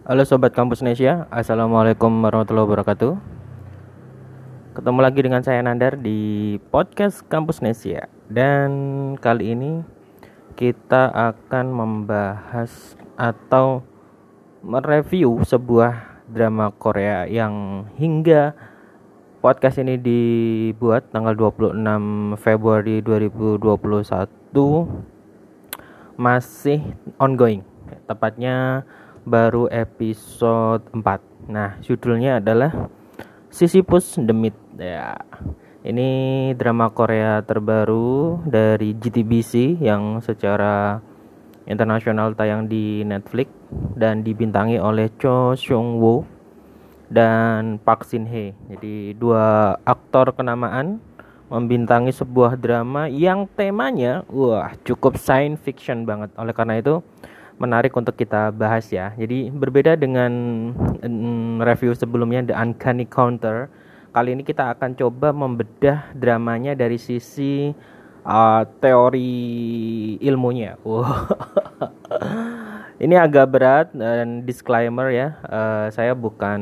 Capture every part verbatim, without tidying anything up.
Halo Sobat Kampus Nesia, Assalamualaikum warahmatullahi wabarakatuh. Ketemu lagi dengan saya Nandar di podcast Kampus Nesia. Dan kali ini kita akan membahas atau mereview sebuah drama Korea yang hingga podcast ini dibuat tanggal dua puluh enam Februari dua ribu dua puluh satu masih ongoing. Tepatnya baru episode empat. Nah, judulnya adalah Sisyphus the Myth. Ya. Ini drama Korea terbaru dari J T B C yang secara internasional tayang di Netflix dan dibintangi oleh Cho Seung Woo dan Park Shin Hye. Jadi dua aktor kenamaan membintangi sebuah drama yang temanya wah cukup science fiction banget. Oleh karena itu menarik untuk kita bahas ya. Jadi berbeda dengan mm, review sebelumnya The Uncanny Counter, kali ini kita akan coba membedah dramanya dari sisi uh, teori ilmunya. Wow. Ini agak berat dan disclaimer ya. Uh, saya bukan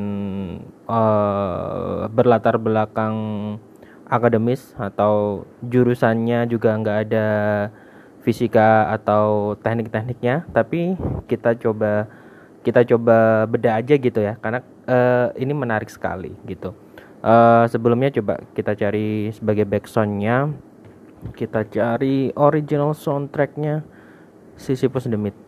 uh, berlatar belakang akademis atau jurusannya juga nggak ada fisika atau teknik-tekniknya, tapi kita coba kita coba beda aja gitu ya, karena uh, ini menarik sekali gitu. Uh, sebelumnya coba kita cari sebagai backsoundnya, kita cari original soundtracknya Sisyphus the Myth.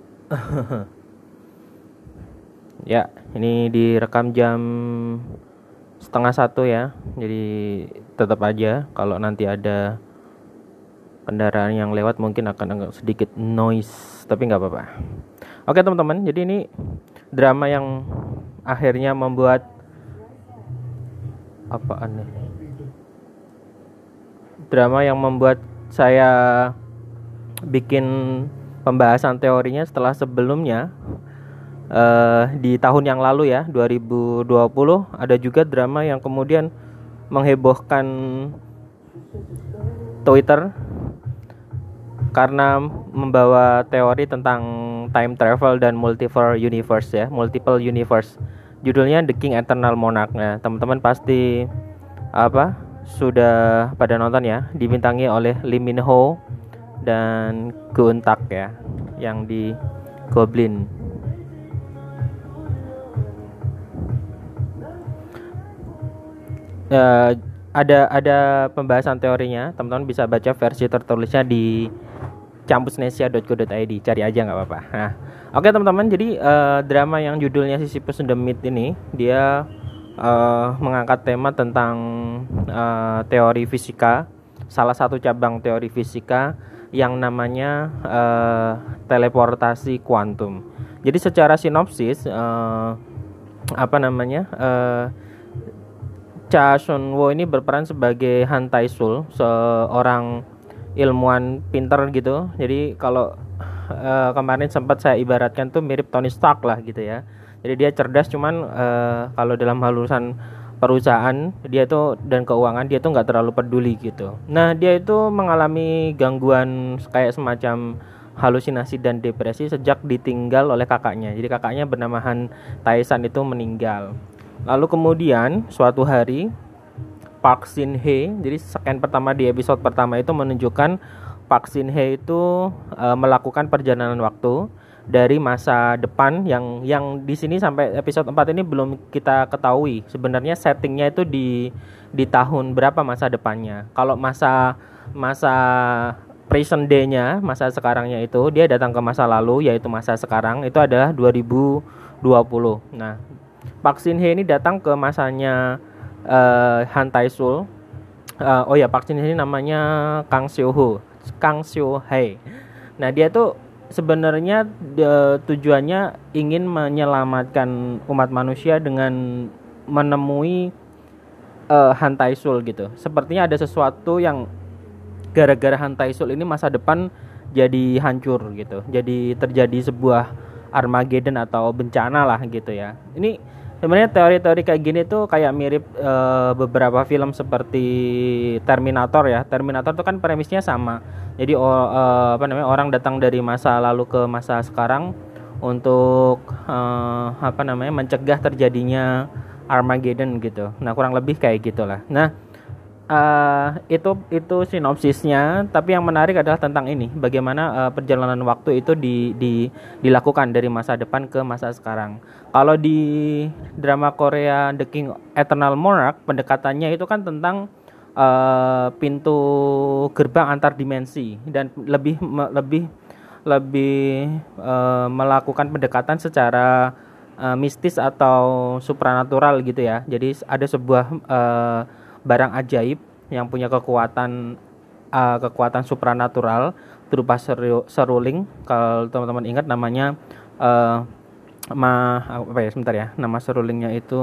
Ya, ini direkam jam setengah satu ya, jadi tetap aja kalau nanti ada kendaraan yang lewat mungkin akan agak sedikit noise, tapi nggak apa-apa. Oke teman-teman, jadi ini drama yang akhirnya membuat apa aneh drama yang membuat saya bikin pembahasan teorinya setelah sebelumnya uh, di tahun yang lalu ya, dua ribu dua puluh ada juga drama yang kemudian menghebohkan Twitter karena membawa teori tentang time travel dan multiple universe ya, multiple universe. Judulnya The King Eternal Monarch. Nah, teman-teman pasti apa sudah pada nonton ya, dibintangi oleh Lee Min Ho dan Go Eun Tak ya, yang di Goblin. Uh, ada ada pembahasan teorinya, teman-teman bisa baca versi tertulisnya di campusnesia dot co dot i d, cari aja nggak apa-apa. Nah, oke teman-teman, jadi uh, drama yang judulnya Sisyphus the Myth ini dia uh, mengangkat tema tentang uh, teori fisika, salah satu cabang teori fisika yang namanya uh, teleportasi kuantum. Jadi secara sinopsis uh, apa namanya uh, Cha Seung Woo ini berperan sebagai Han Tae-sul, seorang ilmuwan pinter gitu. Jadi kalau uh, kemarin sempat saya ibaratkan tuh mirip Tony Stark lah gitu ya. Jadi dia cerdas, cuman uh, kalau dalam hal urusan perusahaan dia tuh dan keuangan dia tuh nggak terlalu peduli gitu. Nah, dia itu mengalami gangguan kayak semacam halusinasi dan depresi sejak ditinggal oleh kakaknya. Jadi kakaknya bernama Han Tae-san itu meninggal. Lalu kemudian suatu hari Park Shin Hye, jadi scan pertama di episode pertama itu menunjukkan Park Shin Hye itu e, melakukan perjalanan waktu dari masa depan yang yang di sini sampai episode empat ini belum kita ketahui sebenarnya settingnya itu di di tahun berapa masa depannya. Kalau masa masa present day-nya, masa sekarangnya itu dia datang ke masa lalu, yaitu masa sekarang itu adalah dua ribu dua puluh. Nah, Park Shin Hye ini datang ke masanya Uh, Han Tae-sul. Uh, oh ya, Park Shin Hye ini namanya Kang Seo Ho, Kang Seo Hae. Nah, dia tuh sebenarnya de, tujuannya ingin menyelamatkan umat manusia dengan menemui uh, Han Tae-sul gitu. Sepertinya ada sesuatu yang gara-gara Han Tae-sul ini masa depan jadi hancur gitu. Jadi terjadi sebuah Armageddon atau bencana lah gitu ya. Ini sebenarnya teori-teori kayak gini tuh kayak mirip uh, beberapa film seperti Terminator ya. Terminator tuh kan premisnya sama. Jadi uh, apa namanya orang datang dari masa lalu ke masa sekarang untuk uh, apa namanya mencegah terjadinya Armageddon gitu. Nah kurang lebih kayak gitulah. Nah uh, itu itu sinopsisnya. Tapi yang menarik adalah tentang ini, bagaimana uh, perjalanan waktu itu di, di dilakukan dari masa depan ke masa sekarang. Kalau di drama Korea The King Eternal Monarch, pendekatannya itu kan tentang uh, pintu gerbang antar dimensi dan lebih me, lebih lebih uh, melakukan pendekatan secara uh, mistis atau supranatural gitu ya. Jadi ada sebuah uh, barang ajaib yang punya kekuatan uh, kekuatan supranatural berupa seru, seruling. Kalau teman-teman ingat namanya uh, ma apa ya sebentar ya. Nama serulingnya itu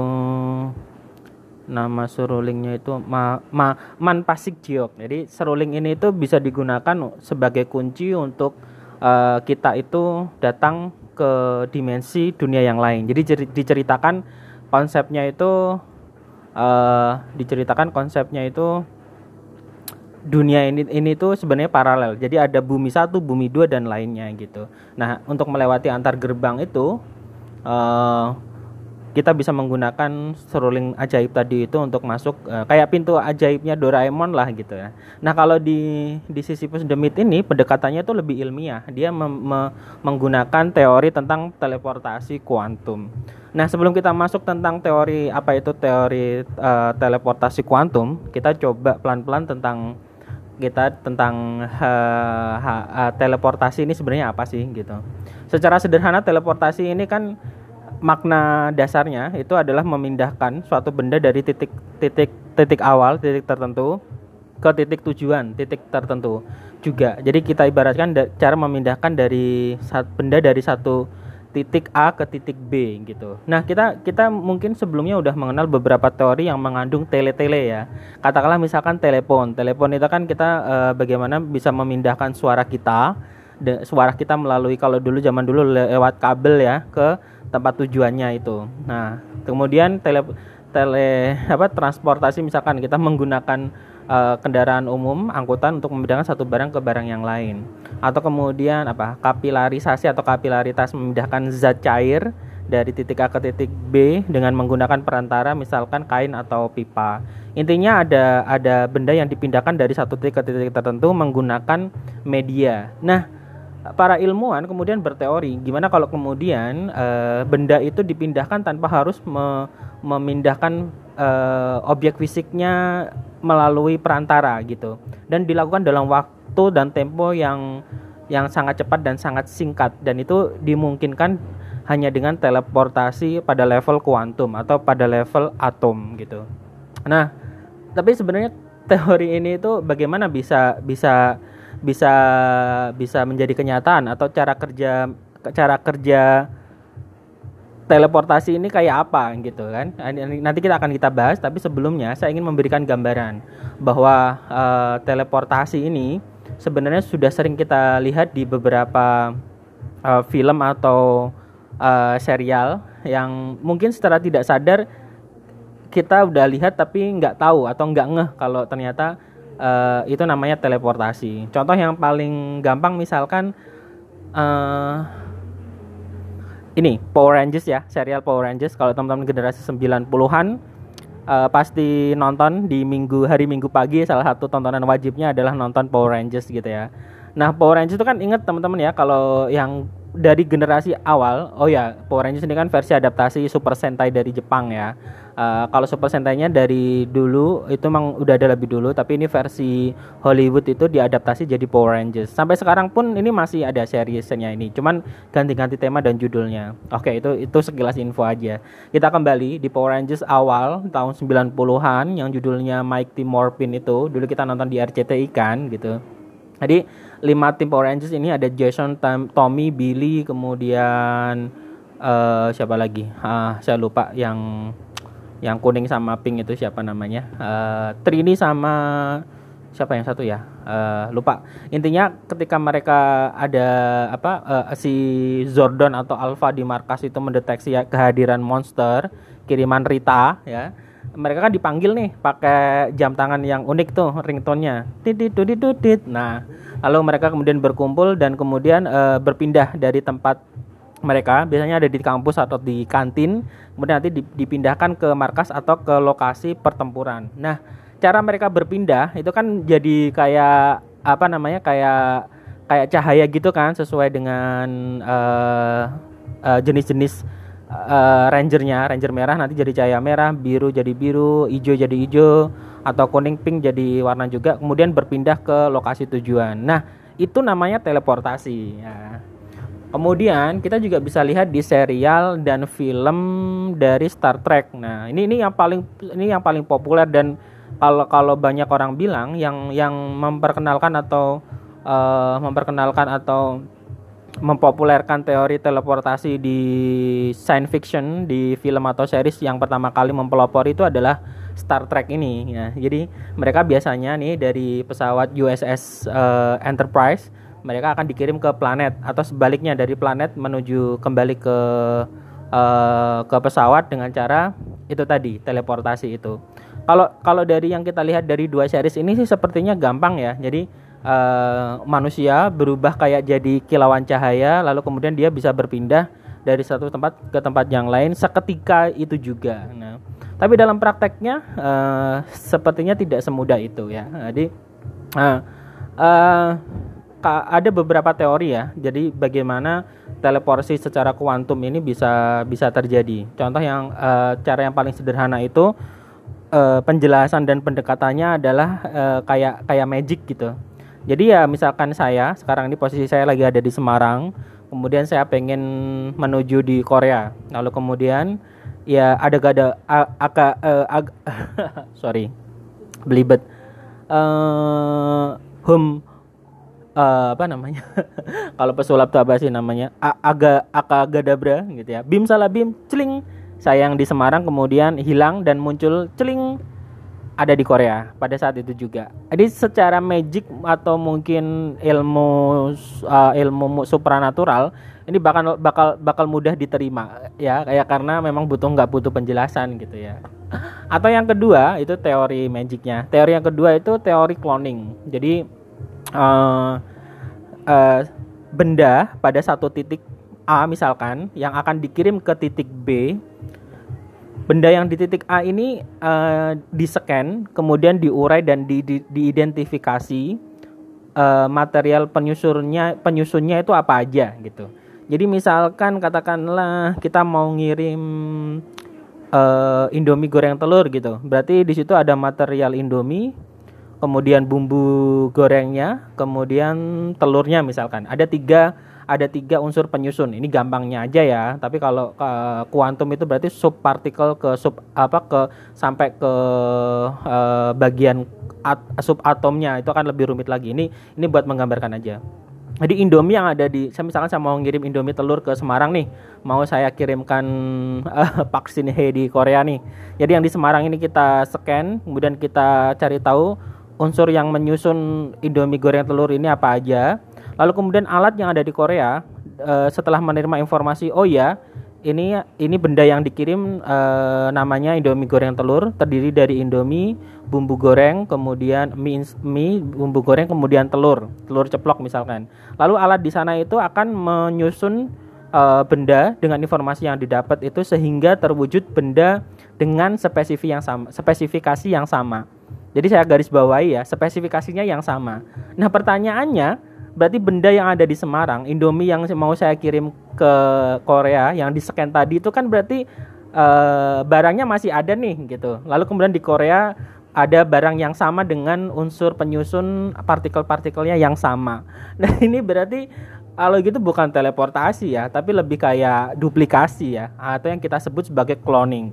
nama serulingnya itu ma, ma man pasik jiok. Jadi seruling ini itu bisa digunakan sebagai kunci untuk uh, kita itu datang ke dimensi dunia yang lain. Jadi diceritakan konsepnya itu uh, diceritakan konsepnya itu dunia ini ini tuh sebenarnya paralel. Jadi ada bumi satu, bumi dua dan lainnya gitu. Nah, untuk melewati antar gerbang itu uh, kita bisa menggunakan seruling ajaib tadi itu untuk masuk uh, kayak pintu ajaibnya Doraemon lah gitu ya. Nah kalau di di Sisyphus the Myth ini pendekatannya itu lebih ilmiah. Dia mem, me, menggunakan teori tentang teleportasi kuantum. Nah sebelum kita masuk tentang teori apa itu teori uh, teleportasi kuantum, kita coba pelan-pelan tentang kita tentang uh, uh, teleportasi ini sebenarnya apa sih gitu. Secara sederhana teleportasi ini kan makna dasarnya itu adalah memindahkan suatu benda dari titik titik titik awal, titik tertentu ke titik tujuan, titik tertentu juga. Jadi kita ibaratkan da- cara memindahkan dari satu benda dari satu titik A ke titik B gitu. Nah, kita kita mungkin sebelumnya udah mengenal beberapa teori yang mengandung tele-tele ya. Katakanlah misalkan telepon. Telepon itu kan kita e, bagaimana bisa memindahkan suara kita, de, suara kita melalui kalau dulu zaman dulu lewat kabel ya ke tempat tujuannya itu. Nah, kemudian tele tele apa transportasi misalkan kita menggunakan uh, kendaraan umum, angkutan untuk memindahkan satu barang ke barang yang lain. Atau kemudian apa? Kapilarisasi atau kapilaritas memindahkan zat cair dari titik A ke titik B dengan menggunakan perantara misalkan kain atau pipa. Intinya ada ada benda yang dipindahkan dari satu titik ke titik tertentu menggunakan media. Nah, para ilmuwan kemudian berteori gimana kalau kemudian e, benda itu dipindahkan tanpa harus me, memindahkan e, objek fisiknya melalui perantara gitu, dan dilakukan dalam waktu dan tempo yang yang sangat cepat dan sangat singkat, dan itu dimungkinkan hanya dengan teleportasi pada level kuantum atau pada level atom gitu. Nah, tapi sebenarnya teori ini itu bagaimana bisa bisa bisa bisa menjadi kenyataan, atau cara kerja cara kerja teleportasi ini kayak apa gitu kan. Nanti kita akan kita bahas, tapi sebelumnya saya ingin memberikan gambaran bahwa uh, teleportasi ini sebenarnya sudah sering kita lihat di beberapa uh, film atau uh, serial yang mungkin secara tidak sadar kita udah lihat tapi nggak tahu atau nggak ngeh kalau ternyata Uh, itu namanya teleportasi. Contoh yang paling gampang misalkan uh, ini Power Rangers ya, serial Power Rangers. Kalau teman-teman generasi sembilan puluhan uh, pasti nonton di minggu hari Minggu pagi, salah satu tontonan wajibnya adalah nonton Power Rangers gitu ya. Nah, Power Rangers itu kan ingat teman-teman ya, kalau yang dari generasi awal, oh ya, Power Rangers ini kan versi adaptasi Super Sentai dari Jepang ya. Uh, kalau Super Sentai-nya dari dulu itu memang udah ada lebih dulu, tapi ini versi Hollywood itu diadaptasi jadi Power Rangers. Sampai sekarang pun ini masih ada seriesnya ini, cuman ganti-ganti tema dan judulnya. Oke, itu itu sekilas info aja. Kita kembali di Power Rangers awal tahun sembilan puluhan yang judulnya Mighty Morphin itu, dulu kita nonton di R C T I kan gitu. Jadi lima tim Power Rangers ini ada Jason, Tom, Tommy, Billy, kemudian uh, siapa lagi? Ah, saya lupa yang yang kuning sama pink itu siapa namanya, uh, Trini sama siapa yang satu ya, uh, lupa. Intinya ketika mereka ada apa uh, si Zordon atau Alpha di markas itu mendeteksi ya, kehadiran monster kiriman Rita ya, mereka kan dipanggil nih pakai jam tangan yang unik tuh ringtone-nya, titit titit titit. Nah lalu mereka kemudian berkumpul dan kemudian uh, berpindah dari tempat mereka biasanya ada di kampus atau di kantin, kemudian nanti dipindahkan ke markas atau ke lokasi pertempuran. Nah, cara mereka berpindah itu kan jadi kayak apa namanya kayak kayak cahaya gitu kan, sesuai dengan uh, uh, jenis-jenis uh, rangernya. Ranger merah nanti jadi cahaya merah, biru jadi biru, hijau jadi hijau, atau kuning pink jadi warna juga, kemudian berpindah ke lokasi tujuan. Nah, itu namanya teleportasi ya. Kemudian kita juga bisa lihat di serial dan film dari Star Trek. Nah, ini ini yang paling ini yang paling populer, dan kalau kalau banyak orang bilang yang yang memperkenalkan atau uh, memperkenalkan atau mempopulerkan teori teleportasi di science fiction, di film atau series yang pertama kali mempelopori itu adalah Star Trek ini ya. Jadi mereka biasanya nih dari pesawat U S S uh, Enterprise, mereka akan dikirim ke planet, atau sebaliknya dari planet menuju kembali ke uh, ke pesawat dengan cara itu tadi, teleportasi itu. Kalau kalau dari yang kita lihat dari dua series ini sih sepertinya gampang ya. Jadi uh, manusia berubah kayak jadi kilauan cahaya, lalu kemudian dia bisa berpindah dari satu tempat ke tempat yang lain seketika itu juga. Nah, tapi dalam prakteknya uh, sepertinya tidak semudah itu ya. Jadi uh, uh, ada beberapa teori ya. Jadi bagaimana teleportasi secara kuantum ini bisa bisa terjadi. Contoh yang uh, cara yang paling sederhana itu uh, penjelasan dan pendekatannya adalah uh, kayak kayak magic gitu. Jadi ya misalkan saya sekarang ini posisi saya lagi ada di Semarang, kemudian saya pengen menuju di Korea. Lalu kemudian ya ada gada agak uh, ag, sorry belibet uh, hum Uh, apa namanya kalau pesulap tuh apa sih namanya A- aga akagadabra gitu ya, bim salah bim celing, saya yang di Semarang kemudian hilang dan muncul celing ada di Korea pada saat itu juga. Jadi secara magic atau mungkin ilmu uh, ilmu supranatural ini bakal bakal bakal mudah diterima ya, kayak karena memang butuh nggak butuh penjelasan gitu ya. Atau yang kedua itu teori magicnya. Teori yang kedua itu teori cloning. Jadi Uh, uh, benda pada satu titik A misalkan yang akan dikirim ke titik B, benda yang di titik A ini uh, di-scan, kemudian diurai dan di, di, diidentifikasi uh, material penyusunnya penyusunnya itu apa aja gitu. Jadi misalkan katakanlah kita mau ngirim uh, Indomie goreng telur gitu, berarti di situ ada material Indomie, kemudian bumbu gorengnya, kemudian telurnya misalkan. Ada tiga ada tiga unsur penyusun. Ini gampangnya aja ya. Tapi kalau uh, kuantum itu berarti subpartikel ke sub apa ke sampai ke uh, bagian at, subatomnya itu akan lebih rumit lagi. Ini ini buat menggambarkan aja. Jadi Indomie yang ada di, saya misalkan saya mau ngirim Indomie telur ke Semarang nih, mau saya kirimkan uh, vaksin He di Korea nih. Jadi yang di Semarang ini kita scan, kemudian kita cari tahu unsur yang menyusun Indomie goreng telur ini apa aja. Lalu kemudian alat yang ada di Korea e, setelah menerima informasi, oh ya ini ini benda yang dikirim e, namanya Indomie goreng telur, terdiri dari Indomie, bumbu goreng, kemudian mie, mie bumbu goreng, kemudian telur, telur ceplok misalkan. Lalu alat di sana itu akan menyusun e, benda dengan informasi yang didapat itu sehingga terwujud benda dengan spesifikasi yang sama, spesifikasi yang sama. Jadi saya garis bawahi ya, spesifikasinya yang sama. Nah pertanyaannya, berarti benda yang ada di Semarang, Indomie yang mau saya kirim ke Korea, yang di-scan tadi itu kan berarti uh, barangnya masih ada nih gitu. Lalu kemudian di Korea ada barang yang sama dengan unsur penyusun partikel-partikelnya yang sama. Nah ini berarti kalau gitu bukan teleportasi ya, tapi lebih kayak duplikasi ya, atau yang kita sebut sebagai cloning.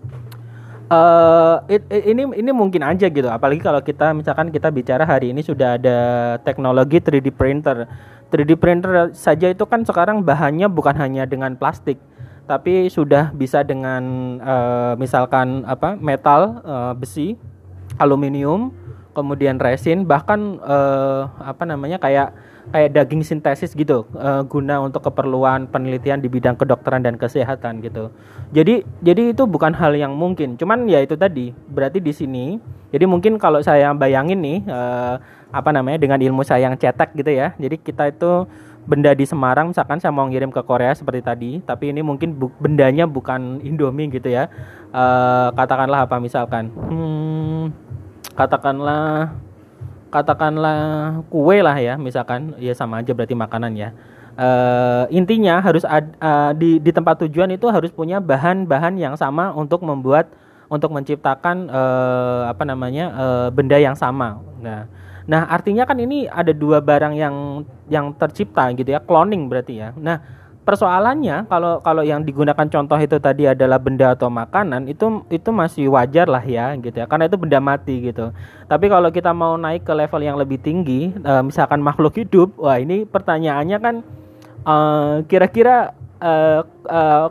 Uh, it, it, ini ini mungkin aja gitu, apalagi kalau kita misalkan kita bicara hari ini sudah ada teknologi tiga D printer. tiga D printer saja itu kan sekarang bahannya bukan hanya dengan plastik, tapi sudah bisa dengan uh, misalkan apa metal, uh, besi, aluminium, kemudian resin, bahkan uh, apa namanya kayak kayak daging sintesis gitu, uh, guna untuk keperluan penelitian di bidang kedokteran dan kesehatan gitu. Jadi jadi itu bukan hal yang mungkin. Cuman ya itu tadi, berarti di sini. Jadi mungkin kalau saya bayangin nih, uh, apa namanya, dengan ilmu saya yang cetek gitu ya. Jadi kita itu benda di Semarang, misalkan saya mau ngirim ke Korea seperti tadi, tapi ini mungkin bu- bendanya bukan Indomie gitu ya. Uh, katakanlah apa misalkan, hmm, katakanlah katakanlah kue lah ya, misalkan, ya sama aja berarti makanan ya. Uh, intinya harus ad, uh, di di tempat tujuan itu harus punya bahan-bahan yang sama untuk membuat untuk menciptakan uh, apa namanya uh, benda yang sama. Nah, nah artinya kan ini ada dua barang yang yang tercipta gitu ya, cloning berarti ya. Nah, persoalannya kalau kalau yang digunakan contoh itu tadi adalah benda atau makanan, itu itu masih wajar lah ya gitu ya, karena itu benda mati gitu. Tapi kalau kita mau naik ke level yang lebih tinggi, uh, misalkan makhluk hidup, wah ini pertanyaannya kan, uh, kira-kira uh, uh,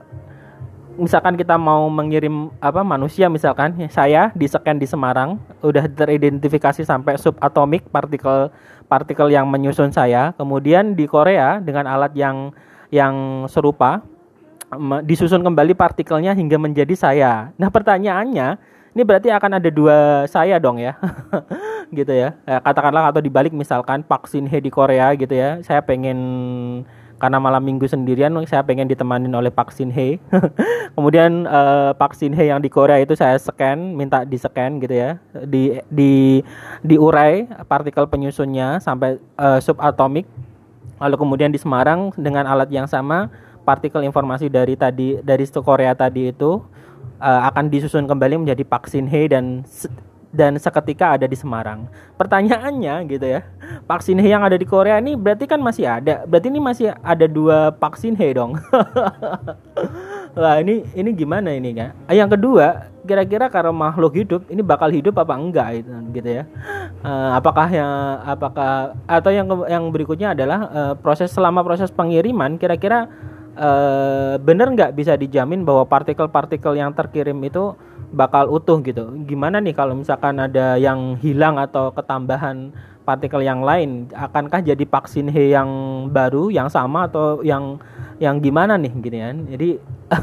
misalkan kita mau mengirim apa manusia, misalkan saya di scan di Semarang udah teridentifikasi sampai subatomik partikel partikel yang menyusun saya, kemudian di Korea dengan alat yang yang serupa disusun kembali partikelnya hingga menjadi saya. Nah pertanyaannya, ini berarti akan ada dua saya dong ya. Gitu ya. Eh, katakanlah atau dibalik, misalkan Park Shin Hye di Korea gitu ya. Saya pengen, karena malam minggu sendirian, saya pengen ditemanin oleh Park Shin Hye. Kemudian uh, Park Shin Hye yang di Korea itu saya scan, minta di scan gitu ya, di di diurai partikel penyusunnya sampai uh, subatomik. Lalu kemudian di Semarang dengan alat yang sama, partikel informasi dari tadi dari Korea tadi itu uh, akan disusun kembali menjadi Park Shin Hye dan dan seketika ada di Semarang. Pertanyaannya gitu ya, Park Shin Hye yang ada di Korea ini berarti kan masih ada. Berarti ini masih ada dua Park Shin Hye dong. Wah, ini ini gimana ini kan? Yang kedua, kira-kira kalau makhluk hidup ini bakal hidup apa enggak gitu, gitu ya. Uh, apakah yang apakah atau yang yang berikutnya adalah uh, proses selama proses pengiriman, kira-kira uh, benar nggak bisa dijamin bahwa partikel-partikel yang terkirim itu bakal utuh gitu. Gimana nih kalau misalkan ada yang hilang atau ketambahan partikel yang lain, akankah jadi Park Shin Hye yang baru, yang sama, atau yang yang gimana nih gini kan. Jadi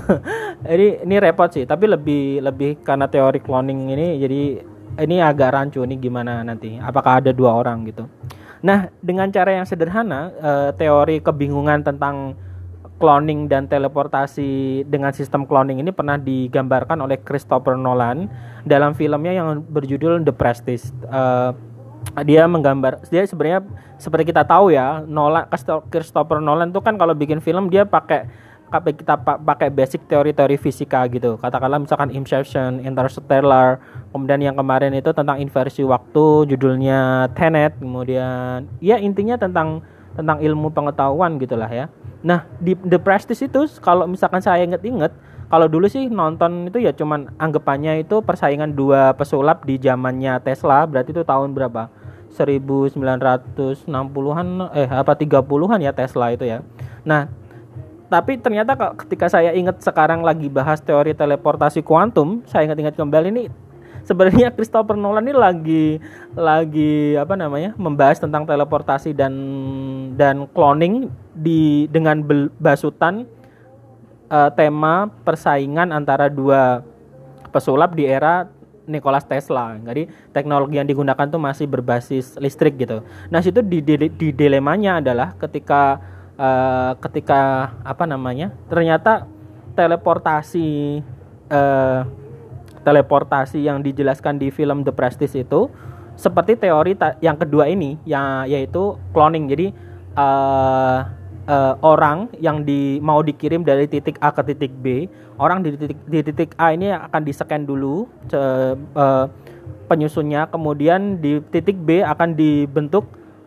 ini ini repot sih, tapi lebih lebih karena teori cloning ini, jadi ini agak rancu nih gimana nanti. Apakah ada dua orang gitu. Nah, dengan cara yang sederhana, eh, teori kebingungan tentang cloning dan teleportasi dengan sistem cloning ini pernah digambarkan oleh Christopher Nolan dalam filmnya yang berjudul The Prestige. Uh, dia menggambar, dia sebenarnya seperti kita tahu ya, Nolan, Christopher Nolan tuh kan kalau bikin film dia pakai kita pakai basic teori-teori fisika gitu. Katakanlah misalkan Inception, Interstellar, kemudian yang kemarin itu tentang inversi waktu, judulnya Tenet, kemudian ya intinya tentang tentang ilmu pengetahuan gitulah ya. Nah, di The Prestige itu kalau misalkan saya inget-inget, kalau dulu sih nonton itu ya cuman anggapannya itu persaingan dua pesulap di zamannya Tesla, berarti itu tahun berapa? seribu sembilan ratus enam puluhan eh apa tiga puluhan ya Tesla itu ya. Nah, tapi ternyata ketika saya ingat sekarang lagi bahas teori teleportasi kuantum, saya ingat-ingat kembali nih, sebenarnya Christopher Nolan ini lagi lagi apa namanya membahas tentang teleportasi dan dan cloning di dengan basutan uh, tema persaingan antara dua pesulap di era Nikola Tesla. Jadi teknologi yang digunakan tuh masih berbasis listrik gitu. Nah, situ di, di, di dilemanya adalah ketika uh, ketika apa namanya ternyata teleportasi uh, teleportasi yang dijelaskan di film The Prestige itu seperti teori ta- yang kedua ini, yang yaitu cloning. Jadi uh, uh, orang yang di mau dikirim dari titik A ke titik B, orang di titik di titik A ini akan di-scan dulu ce, uh, penyusunnya, kemudian di titik B akan dibentuk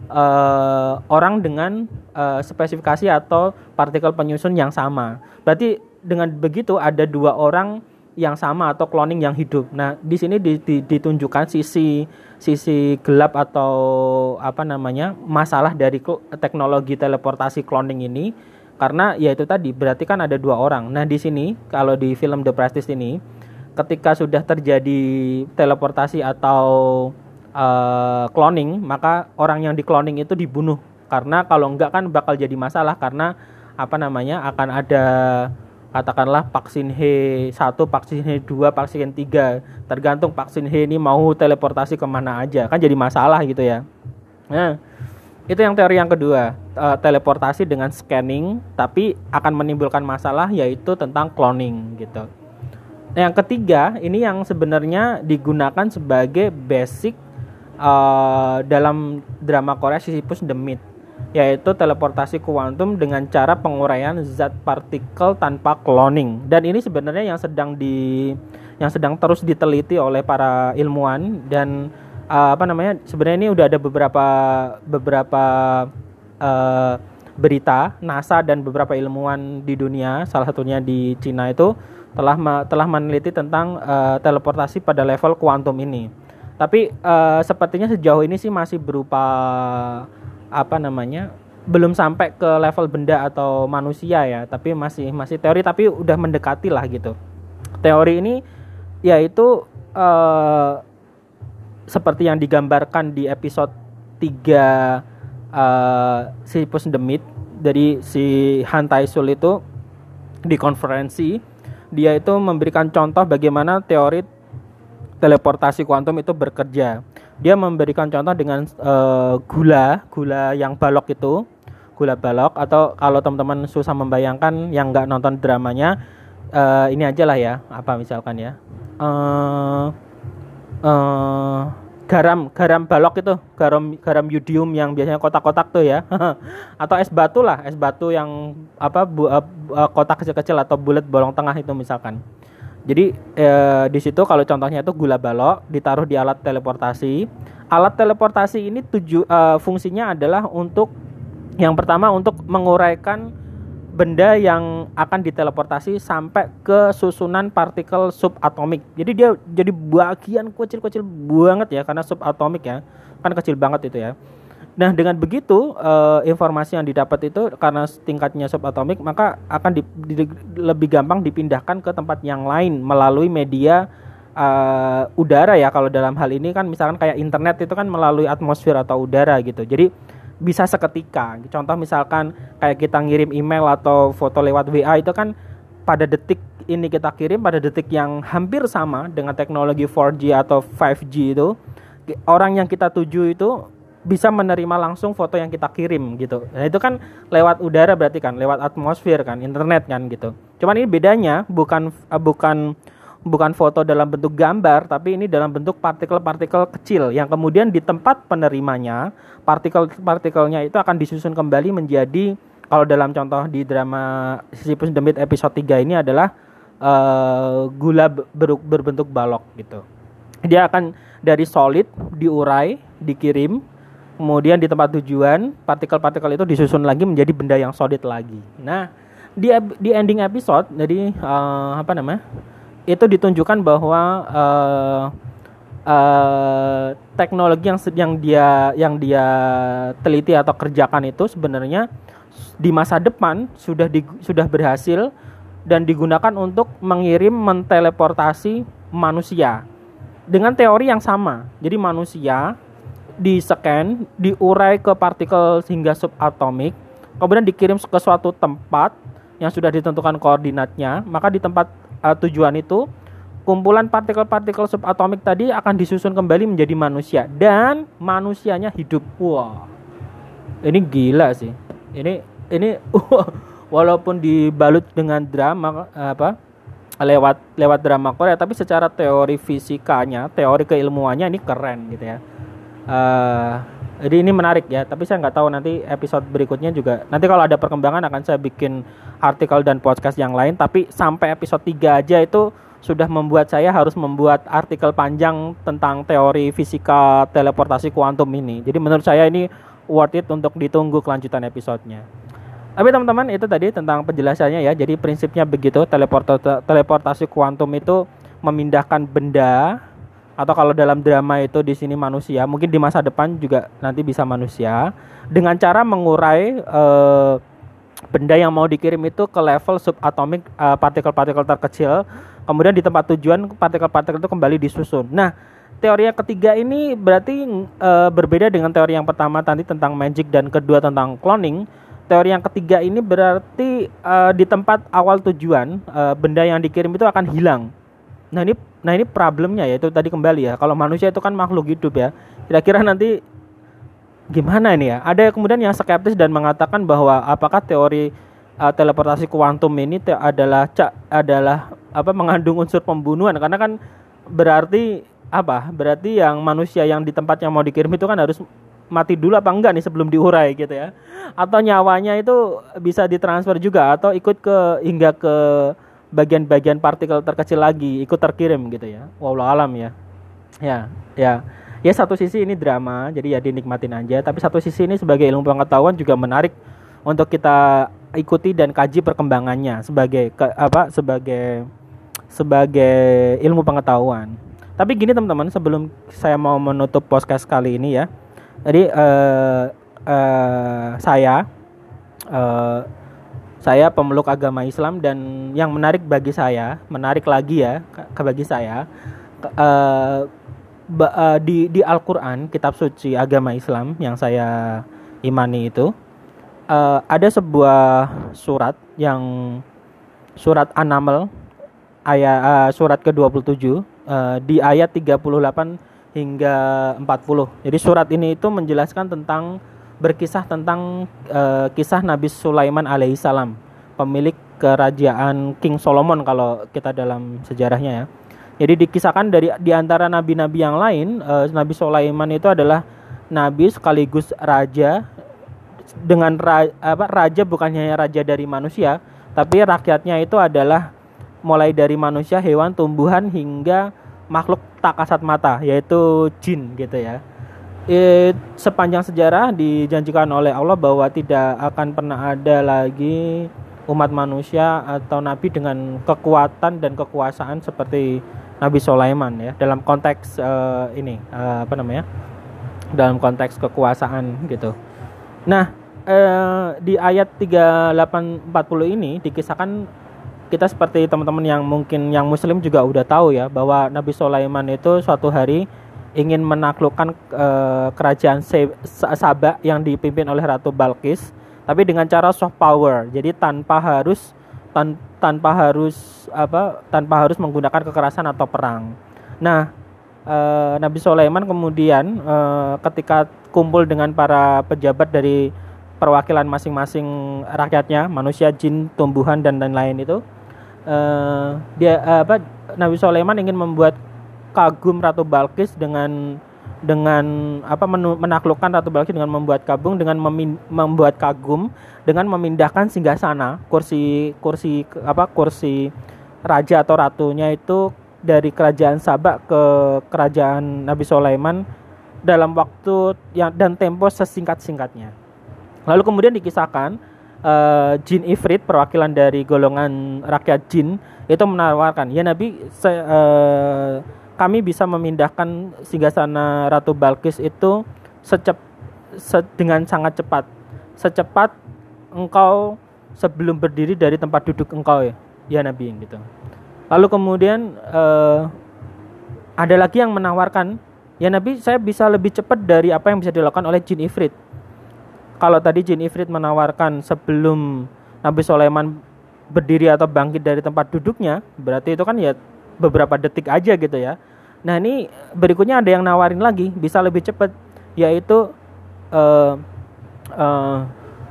uh, orang dengan uh, spesifikasi atau partikel penyusun yang sama. Berarti dengan begitu ada dua orang yang sama atau cloning yang hidup. Nah, di sini di, di, ditunjukkan sisi sisi gelap atau apa namanya masalah dari teknologi teleportasi cloning ini, karena ya itu tadi berarti kan ada dua orang. Nah, di sini kalau di film The Prestige ini, ketika sudah terjadi teleportasi atau uh, cloning, maka orang yang di cloning itu dibunuh Karena kalau enggak kan bakal jadi masalah karena apa namanya akan ada katakanlah vaksin H satu, vaksin H dua, vaksin tiga, tergantung vaksin H ini mau teleportasi kemana aja, kan jadi masalah gitu ya. Nah, itu yang teori yang kedua, uh, teleportasi dengan scanning, tapi akan menimbulkan masalah yaitu tentang cloning gitu. Yang ketiga, ini yang sebenarnya digunakan sebagai basic uh, dalam drama Korea Sisyphus the Myth, yaitu teleportasi kuantum dengan cara penguraian zat partikel tanpa cloning. Dan ini sebenarnya yang sedang di yang sedang terus diteliti oleh para ilmuwan dan uh, apa namanya sebenarnya ini udah ada beberapa beberapa uh, berita NASA dan beberapa ilmuwan di dunia, salah satunya di Cina itu telah telah meneliti tentang uh, teleportasi pada level kuantum ini. Tapi uh, sepertinya sejauh ini sih masih berupa apa namanya belum sampai ke level benda atau manusia ya, tapi masih masih teori, tapi udah mendekati lah gitu. Teori ini yaitu uh, seperti yang digambarkan di episode tiga uh, Sisyphus the Myth. Jadi si Han Tae-sul itu di konferensi dia itu memberikan contoh bagaimana teori teleportasi kuantum itu bekerja. Dia memberikan contoh dengan uh, gula, gula yang balok itu, gula balok, atau kalau teman-teman susah membayangkan yang nggak nonton dramanya, uh, ini aja lah ya, apa misalkan ya, uh, uh, garam, garam balok itu, garam, garam yodium yang biasanya kotak-kotak tuh ya, atau es batu lah, es batu yang apa, bu, uh, uh, kotak kecil-kecil atau bulat bolong tengah itu misalkan. Jadi eh, di situ kalau contohnya itu gula balok ditaruh di alat teleportasi. Alat teleportasi ini tuju eh, fungsinya adalah untuk yang pertama untuk menguraikan benda yang akan diteleportasi sampai ke susunan partikel subatomik. Jadi dia jadi bagian kecil-kecil banget ya karena subatomik ya. Kan kecil banget itu ya. Nah, dengan begitu uh, informasi yang didapat itu karena tingkatnya subatomik, maka akan di, di, lebih gampang dipindahkan ke tempat yang lain melalui media uh, udara ya. Kalau dalam hal ini kan misalkan kayak internet itu kan melalui atmosfer atau udara gitu. Jadi bisa seketika. Contoh misalkan kayak kita ngirim email atau foto lewat W A itu kan pada detik ini kita kirim, pada detik yang hampir sama dengan teknologi four G atau five G itu, orang yang kita tuju itu bisa menerima langsung foto yang kita kirim gitu. Nah itu kan lewat udara berarti kan, lewat atmosfer kan, internet kan gitu. Cuman ini bedanya bukan uh, bukan bukan foto dalam bentuk gambar, tapi ini dalam bentuk partikel-partikel kecil yang kemudian di tempat penerimanya, partikel-partikelnya itu akan disusun kembali menjadi, kalau dalam contoh di drama Sisyphus the Myth episode tiga ini adalah uh, gula ber, berbentuk balok gitu. Dia akan dari solid diurai, dikirim, kemudian di tempat tujuan partikel-partikel itu disusun lagi menjadi benda yang solid lagi. Nah, di di ending episode, jadi uh, apa namanya? Itu ditunjukkan bahwa uh, uh, teknologi yang yang dia yang dia teliti atau kerjakan itu sebenarnya di masa depan sudah di, sudah berhasil dan digunakan untuk mengirim menteleportasi manusia dengan teori yang sama. Jadi manusia di-scan, diurai ke partikel hingga subatomik, kemudian dikirim ke suatu tempat yang sudah ditentukan koordinatnya, maka di tempat uh, tujuan itu kumpulan partikel-partikel subatomik tadi akan disusun kembali menjadi manusia dan manusianya hidup. Wah, ini gila sih. Ini ini uh, walaupun dibalut dengan drama apa lewat lewat drama Korea, tapi secara teori fisikanya, teori keilmuannya ini keren gitu ya. Uh, jadi ini menarik ya, tapi saya nggak tahu nanti episode berikutnya juga. Nanti kalau ada perkembangan akan saya bikin artikel dan podcast yang lain. Tapi sampai episode tiga aja itu sudah membuat saya harus membuat artikel panjang tentang teori fisika teleportasi kuantum ini. Jadi menurut saya ini worth it untuk ditunggu kelanjutan episodenya. Tapi teman-teman itu tadi tentang penjelasannya ya. Jadi prinsipnya begitu, teleportasi, teleportasi kuantum itu memindahkan benda, atau kalau dalam drama itu di sini manusia, mungkin di masa depan juga nanti bisa manusia, dengan cara mengurai eh, benda yang mau dikirim itu ke level subatomik, eh, partikel-partikel terkecil, kemudian di tempat tujuan partikel-partikel itu kembali disusun. Nah, teori yang ketiga ini berarti uh, berbeda dengan teori yang pertama tadi tentang magic dan kedua tentang cloning. Teori yang ketiga ini berarti uh, di tempat awal tujuan uh, benda yang dikirim itu akan hilang. Nah ini, nah ini problemnya ya, itu tadi kembali ya. Kalau manusia itu kan makhluk hidup ya. Kira-kira nanti gimana ini ya? Ada kemudian yang skeptis dan mengatakan bahwa apakah teori uh, teleportasi kuantum ini te- adalah ca- adalah apa mengandung unsur pembunuhan, karena kan berarti apa? Berarti yang manusia yang di tempat yang mau dikirim itu kan harus mati dulu apa enggak nih sebelum diurai gitu ya? Atau nyawanya itu bisa ditransfer juga atau ikut ke hingga ke bagian-bagian partikel terkecil lagi ikut terkirim gitu ya? Wallahu alam ya. Ya, ya. Ya satu sisi ini drama, jadi ya dinikmatin aja. Tapi satu sisi ini sebagai ilmu pengetahuan juga menarik untuk kita ikuti dan kaji perkembangannya sebagai ke, apa? Sebagai sebagai ilmu pengetahuan. Tapi gini teman-teman, sebelum saya mau menutup podcast kali ini ya, jadi uh, uh, saya uh, saya pemeluk agama Islam, dan yang menarik bagi saya, menarik lagi ya, ke bagi saya, uh, ba- uh, di di Al-Qur'an, kitab suci agama Islam yang saya imani itu, uh, ada sebuah surat yang surat An-Naml ayat uh, surat ke dua puluh tujuh uh, di ayat tiga puluh delapan hingga empat puluh. Jadi surat ini itu menjelaskan tentang berkisah tentang uh, kisah Nabi Sulaiman alaihissalam, pemilik kerajaan King Solomon kalau kita dalam sejarahnya ya. Jadi dikisahkan dari di antara nabi-nabi yang lain, uh, Nabi Sulaiman itu adalah nabi sekaligus raja, dengan ra, apa raja bukan hanya raja dari manusia, tapi rakyatnya itu adalah mulai dari manusia, hewan, tumbuhan hingga makhluk tak kasat mata, yaitu jin gitu ya. E, sepanjang sejarah dijanjikan oleh Allah bahwa tidak akan pernah ada lagi umat manusia atau nabi dengan kekuatan dan kekuasaan seperti Nabi Sulaiman ya, dalam konteks uh, ini uh, apa namanya? Dalam konteks kekuasaan gitu. Nah, uh, di ayat tiga puluh delapan empat puluh ini dikisahkan, kita seperti teman-teman yang mungkin yang muslim juga udah tahu ya, bahwa Nabi Sulaiman itu suatu hari ingin menaklukkan e, kerajaan Sabak yang dipimpin oleh Ratu Balkis, tapi dengan cara soft power. Jadi tanpa harus tan, tanpa harus apa tanpa harus menggunakan kekerasan atau perang. Nah, e, Nabi Sulaiman kemudian e, ketika kumpul dengan para pejabat dari perwakilan masing-masing rakyatnya, manusia, jin, tumbuhan dan lain-lain itu, Uh, dia uh, apa Nabi Sulaiman ingin membuat kagum Ratu Balkis dengan dengan apa menu, menaklukkan Ratu Balkis dengan membuat kagum dengan memin, membuat kagum dengan memindahkan singgasana kursi kursi apa kursi raja atau ratunya itu dari kerajaan Sabak ke kerajaan Nabi Sulaiman dalam waktu yang dan tempo sesingkat-singkatnya. Lalu kemudian dikisahkan Uh, jin Ifrit, perwakilan dari golongan rakyat jin, itu menawarkan, ya Nabi, se- uh, kami bisa memindahkan singgasana Ratu Balkis itu secep- se- dengan sangat cepat, secepat engkau sebelum berdiri dari tempat duduk engkau ya, ya Nabi gitu. Lalu kemudian uh, ada lagi yang menawarkan, ya Nabi, saya bisa lebih cepat dari apa yang bisa dilakukan oleh jin Ifrit. Kalau tadi jin Ifrit menawarkan sebelum Nabi Sulaiman berdiri atau bangkit dari tempat duduknya, berarti itu kan ya beberapa detik aja gitu ya. Nah ini berikutnya ada yang nawarin lagi, bisa lebih cepat, yaitu uh, uh,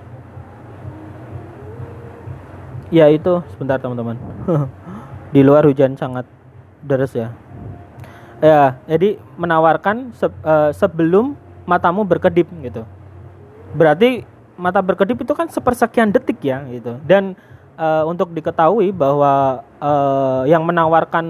yaitu sebentar teman-teman. Di luar hujan sangat deras ya. Ya, jadi menawarkan se- uh, sebelum matamu berkedip gitu. Berarti mata berkedip itu kan sepersekian detik ya gitu. Dan uh, untuk diketahui bahwa uh, yang menawarkan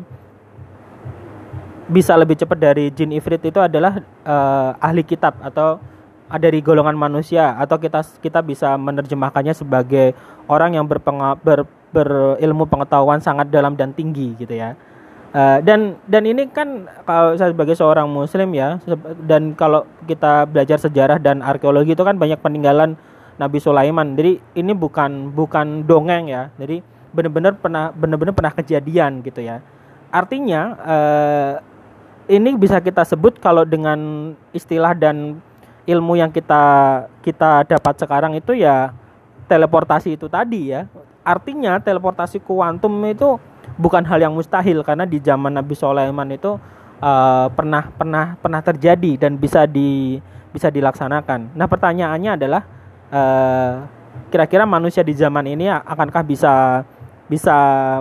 bisa lebih cepat dari jin Ifrit itu adalah uh, ahli kitab atau dari golongan manusia, atau kita kita bisa menerjemahkannya sebagai orang yang berpenga, ber, berilmu pengetahuan sangat dalam dan tinggi gitu ya. Uh, dan dan ini kan kalau saya sebagai seorang muslim ya, dan kalau kita belajar sejarah dan arkeologi itu kan banyak peninggalan Nabi Sulaiman. Jadi ini bukan bukan dongeng ya. Jadi benar-benar pernah benar-benar pernah kejadian gitu ya. Artinya uh, ini bisa kita sebut kalau dengan istilah dan ilmu yang kita kita dapat sekarang itu ya teleportasi itu tadi ya. Artinya teleportasi kuantum itu bukan hal yang mustahil karena di zaman Nabi Sulaiman itu uh, pernah pernah pernah terjadi dan bisa di bisa dilaksanakan. Nah, pertanyaannya adalah uh, kira-kira manusia di zaman ini akankah bisa bisa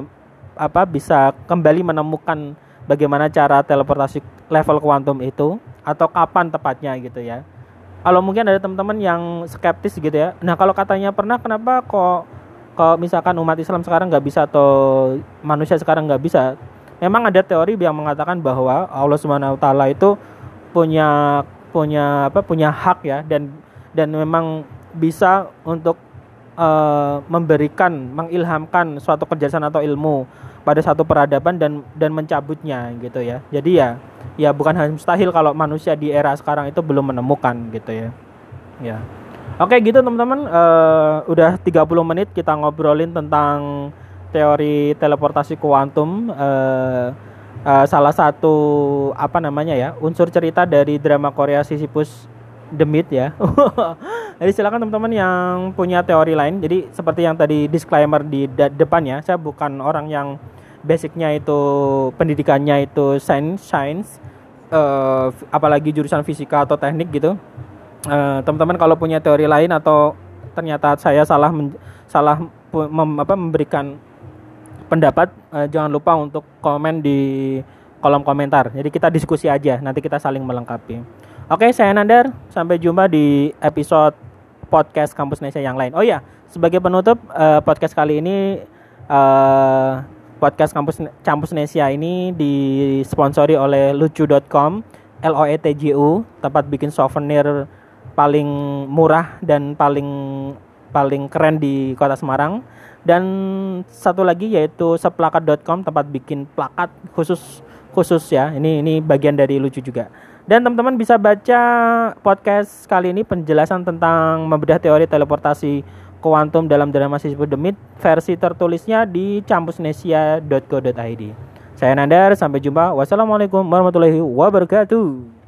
apa bisa kembali menemukan bagaimana cara teleportasi level kuantum itu atau kapan tepatnya gitu ya. Kalau mungkin ada teman-teman yang skeptis gitu ya. Nah, kalau katanya pernah, kenapa kok kok misalkan umat Islam sekarang nggak bisa atau manusia sekarang nggak bisa? Memang ada teori yang mengatakan bahwa Allah Subhanahu Wa Taala itu punya punya apa punya hak ya dan dan memang bisa untuk uh, memberikan mengilhamkan suatu kecerdasan atau ilmu pada satu peradaban dan dan mencabutnya gitu ya. Jadi ya ya bukan hal mustahil kalau manusia di era sekarang itu belum menemukan gitu ya. Ya. Oke gitu teman-teman, uh, udah tiga puluh menit kita ngobrolin tentang teori teleportasi kuantum, uh, uh, salah satu apa namanya ya, unsur cerita dari drama Korea Sisyphus The Myth ya. Jadi silakan teman-teman yang punya teori lain. Jadi seperti yang tadi disclaimer di da- depannya, saya bukan orang yang basicnya itu pendidikannya itu science, science uh, apalagi jurusan fisika atau teknik gitu. Uh, teman-teman kalau punya teori lain atau ternyata saya salah men- salah mem- apa, memberikan pendapat, uh, jangan lupa untuk komen di kolom komentar. Jadi kita diskusi aja, nanti kita saling melengkapi. Oke, saya Nandar. Sampai jumpa di episode podcast Kampus Nesia yang lain. Oh ya, sebagai penutup uh, podcast kali ini, uh, podcast Kampus Campus Nesia ini disponsori oleh lucu dot com, L O E T J U, tempat bikin souvenir paling murah dan paling paling keren di Kota Semarang. Dan satu lagi yaitu seplakat dot com, tempat bikin plakat khusus khusus ya. Ini ini bagian dari Lucu juga. Dan teman-teman bisa baca podcast kali ini penjelasan tentang membedah teori teleportasi kuantum dalam drama Sisyphus The Myth versi tertulisnya di campusnesia dot co dot i d. Saya Nandar, sampai jumpa. Wassalamualaikum warahmatullahi wabarakatuh.